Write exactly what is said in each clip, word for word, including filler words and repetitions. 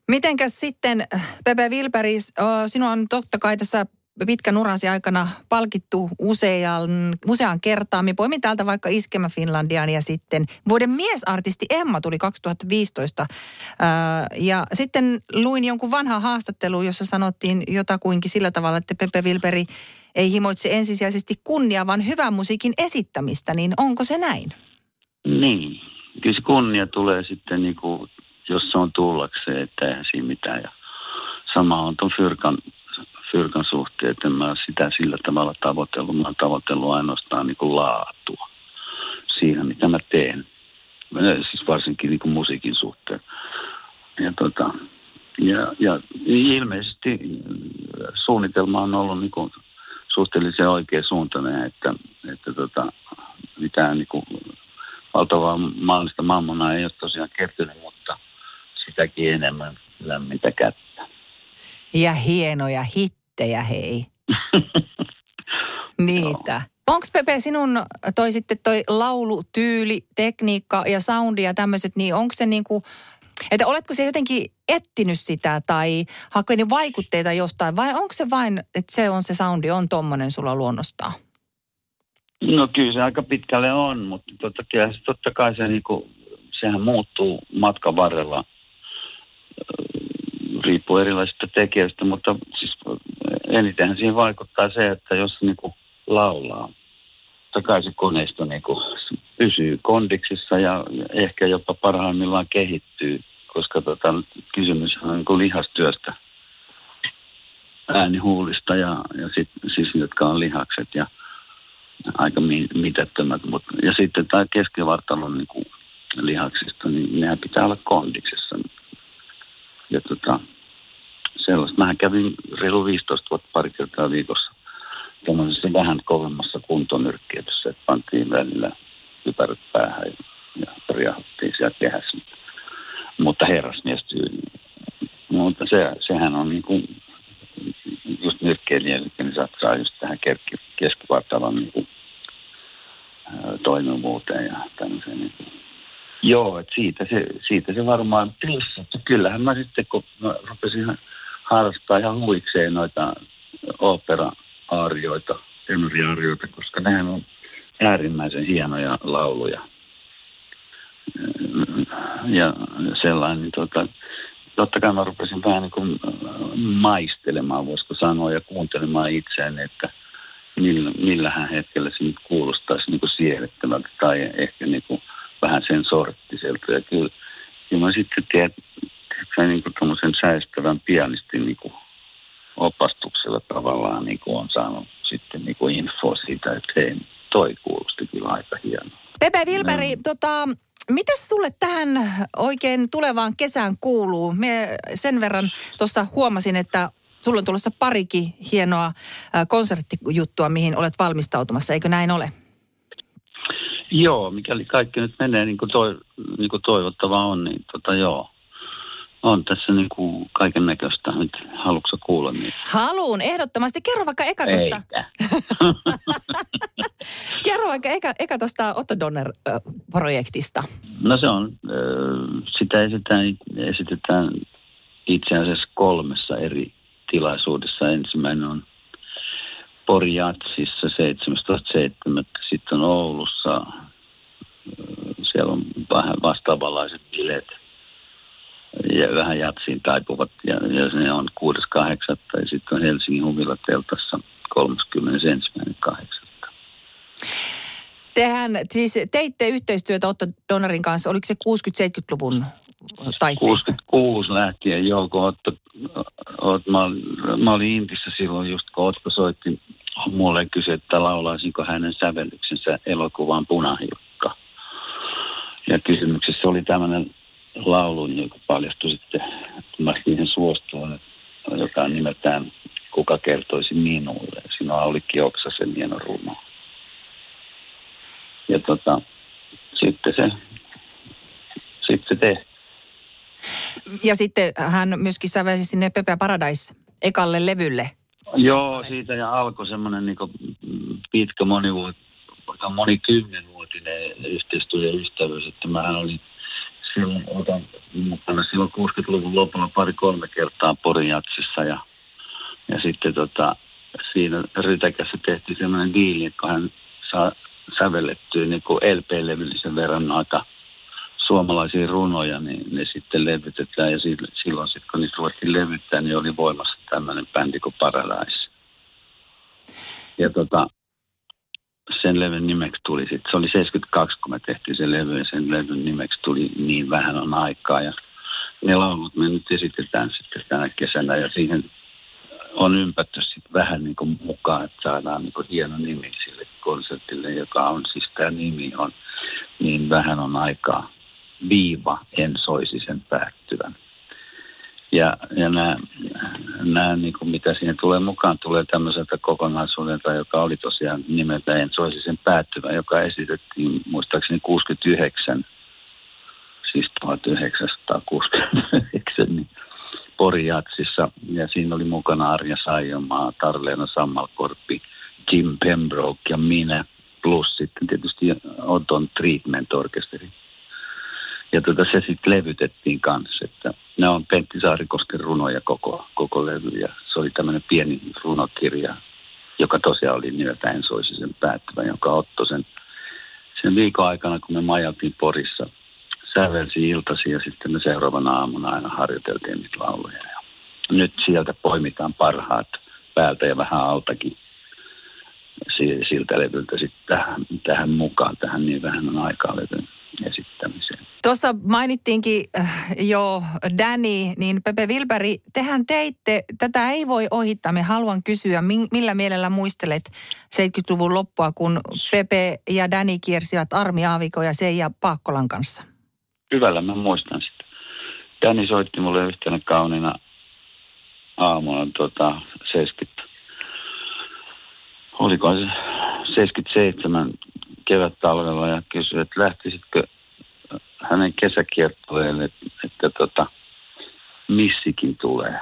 Mitenkäs sitten, Pepe Wilberg, sinua on totta kai tässä pitkän urasi aikana palkittu usean, usean kertaan. Me poimin täältä vaikka Iskemä Finlandian ja sitten vuoden miesartisti Emma tuli kaksituhattaviisitoista. Ja sitten luin jonkun vanhan haastattelun, jossa sanottiin jotakuinkin sillä tavalla, että Pepe Wilberg ei himoitse ensisijaisesti kunnia, vaan hyvän musiikin esittämistä. Niin onko se näin? Niin. Kyllä se kunnia tulee sitten, niin kuin, jos se on tullakseen, että eihän siinä mitään. Ja sama on tuon Fyrkan Fyrkan suhteen, että en mä sitä sillä tavalla tavoitellut. Mä oon tavoitellut ainoastaan niin kuin laatua siinä, mitä mä teen. Siis varsinkin niin kuin musiikin suhteen. Ja, tota, ja, ja ilmeisesti suunnitelma on ollut niin kuin suhteellisen oikea suuntainen, että, että tota, mitään niin kuin valtavaa maallista mammonaa ei ole tosiaan kertynyt, mutta sitäkin enemmän lämmintä kättä. Ja hienoja hittejä, hei. Niitä. Onko Pepe sinun toi sitten toi laulutyyli, tekniikka ja soundi ja tämmöiset, niin onko se niinku, että oletko se jotenkin etsinyt sitä tai hakenut vaikutteita jostain vai onko se vain, että se on se soundi, on tommonen sulla luonnostaan? No kyllä se aika pitkälle on, mutta totta, kyllä, totta kai se niinku, sehän muuttuu matkan varrella. Riippuu erilaisista tekijöistä, mutta siis enitenhän siihen vaikuttaa se, että jos niinku laulaa, totta kai se koneisto niinku pysyy kondiksissa ja ehkä jopa parhaimmillaan kehittyy, koska tota, kysymys on niinku lihastyöstä, äänihuulista ja, ja sit, siis jotka on lihakset ja aika mitättömät. Mut, ja sitten tämä keskivartalon niinku lihaksista, niin nehän pitää olla kondiksessa. Ja tota, sellaista. Mähän kävin reilu viisitoista vuotta pari kertaa viikossa tämmöisessä vähän kovemmassa kuntonyrkkeilyssä, että pantiin välillä kypärät päähän ja, ja riahuttiin siellä kehässä. Mutta herrasmiestyyli. Mutta se, sehän on niin kuin just nyrkkeilijälle, niin satsaa just tähän keskivartalon niin kuin, ää, toimivuuteen ja tämmöiseen niin kuin. Joo, että siitä se, siitä se varmaan plus, että kyllähän mä sitten, kun mä rupesin harrastaa ihan huikseen noita opera-aarioita, tenori-aarioita, koska nehän on äärimmäisen hienoja lauluja. Ja sellainen, niin tota, totta kai mä rupesin vähän niin kuin maistelemaan, voisiko sanoa, ja kuuntelemaan itseäni, että millä, millähän hetkellä se nyt kuulostaisi niin kuin siedettävältä tai ehkä niin kuin vähän sen sorttiselta. Ja kyllä, kyllä mä sitten tiedän, että niin kuin tuommoisen säestävän pianistin niin kuin opastuksella tavallaan niin kuin on saanut sitten niin kuin info siitä, että hei, toi kuulosti kyllä aika hienoa. Pepe Wilberg, no. tota, mitäs sulle tähän oikein tulevaan kesään kuuluu? Me sen verran tuossa huomasin, että sulla on tulossa parikin hienoa konserttijuttua, mihin olet valmistautumassa, eikö näin ole? Joo, mikäli kaikki nyt menee niin kuin, toi, niin kuin toivottavaa on, niin tota joo. On tässä niin kuin kaiken näköistä. Nyt haluatko kuulla niitä? Haluun, ehdottomasti. Kerro vaikka eka tuosta. Kerro vaikka eka, eka tuosta Otto Donner-projektista. No se on, sitä esitetään, esitetään itse asiassa kolmessa eri tilaisuudessa. Ensimmäinen on Pori Jatsissa seitsemästoista seitsemättä Sitten on Oulussa. Siellä on vähän vastaavanlaiset bileet. Ja vähän jatsiin taipuvat. Ja, ja se on kuudes kahdeksatta Ja sitten on Helsingin Huvilateltassa kolmaskymmenesensimmäinen kahdeksatta Tehän siis teitte yhteistyötä Otto Donnerin kanssa. Oliko se kuusikymmentä-seitsemänkymmentäluvun taitteessa? kuusikymmentäkuusi lähtien, joo, kun Otto, Otto, mä, mä olin Intissä silloin just, kun Otto soitti mulle kysyi, että laulaisinko hänen sävellyksensä elokuvaan Punahilkka. Ja kysymyksessä oli tämmöinen laulu, joka paljastui sitten, että mä siihen suostuin, joka on nimeltään Kuka kertoisi minulle. Siinä on Aulikki Oksasen hieno runo. Ja tota, sitten se, sitten se tehtiin. Ja sitten hän myöskin sävelsi sinne Pepe Paradise ekalle levylle. Joo, siitä ja alkoi semmoinen niin pitkä monivuot, monikymmenvuotinen yhteistyö ja ystävyys, että mähän olin silloin otan mukana silloin kuusikymmentäluvun lopulla pari-kolme kertaa Porijatsissa ja, ja sitten tota, siinä Rytäkässä tehtiin sellainen diili, että kun hän saa sävellettyä niin kuin L P-levyllisen verran aika suomalaisia runoja, niin ne sitten levytetään ja silloin sitten kun niitä ruvettiin levyttää, niin oli voimassa tämmöinen bändi kuin Paradise. Ja tota, sen levyn nimeksi tuli sitten, se oli seitsemänkymmentäkaksi, kun me tehtiin se levy, ja sen levyn nimeksi tuli Niin vähän on aikaa. Ja ne laulut me nyt esitetään sitten tänä kesänä, ja siihen on ympätty sitten vähän niin kuin mukaan, että saadaan niin kuin hieno nimi sille konsertille, joka on siis tämä nimi on Niin vähän on aikaa, viiva, en soisi sen päättyvän. Ja, ja nämä, nämä niin kuin mitä siihen tulee mukaan, tulee tämmöiseltä kokonaisuudelta, joka oli tosiaan nimeltä En soisi sen päättyvän, joka esitettiin muistaakseni kuusikymmentäyhdeksän, siis tuhatyhdeksänsataakuusikymmentäyhdeksän, niin Porijatsissa. Ja siinä oli mukana Arja Saijonmaa, Tarleena Sammalkorpi, Jim Pembroke ja minä, plus sitten tietysti Oton Treatment-orkesteri. Ja tota, se sitten levytettiin kanssa, että ne on Pentti Saarikosken runoja koko, koko levy. Ja se oli tämmöinen pieni runokirja, joka tosiaan oli nimeltä En soisi sen päättyvän, joka Otto sen, sen viikon aikana, kun me majaltiin Porissa, sävelsi iltasi ja sitten me seuraavana aamuna aina harjoiteltiin niitä lauluja. Ja nyt sieltä poimitaan parhaat päältä ja vähän altakin siltä levyltä sitten tähän, tähän mukaan, tähän Niin vähän on aikaa levyn esittämiseen. Tuossa mainittiinkin jo Danny, niin Pepe Wilberg, tehän teitte, tätä ei voi ohittaa, me haluan kysyä, millä mielellä muistelet seitsemänkymmentäluvun loppua, kun Pepe ja Danny kiersivät Armi Aaviko ja Seija Paakkolan kanssa? Hyvällä mä muistan sitä. Danny soitti mulle yhtenä kauniina aamuna tota, seitsemänkymmentä, oliko se seitsemänkymmentäseitsemän kevät-talvella ja kysyi, että lähtisitkö hänen kesäkiertueelle, että, että tota, missikin tulee.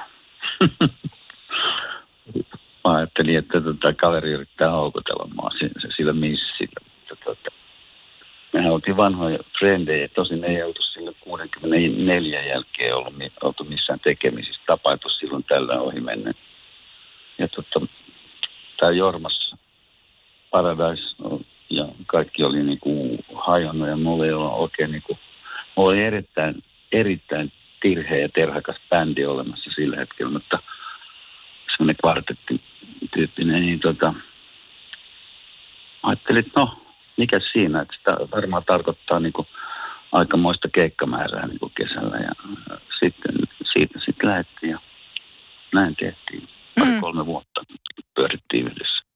Mä ajattelin, että tota, kaveri yrittää houkutella mua sillä missillä. Mutta, tota, mehän oltiin vanhoja frendejä, tosin ei oltu sillä kuusikymmentäneljä jälkeen ollut, oltu missään tekemisissä, tapaitu silloin tällä ohi menneen. Ja tota, tämä Jormas Paradise ja kaikki oli niinku hajonnut ja mulla ei ole oikein niinku, mulla oli erittäin, erittäin tirheä ja terhakas bändi olemassa sillä hetkellä, mutta semmoinen kvartettityyppinen, niin tota, ajattelin, että no, mikä siinä, että sitä varmaan tarkoittaa niinku aikamoista keikkamäärää niinku kesällä ja sitten siitä sitten lähdettiin ja näin tehtiin pari kolme vuotta.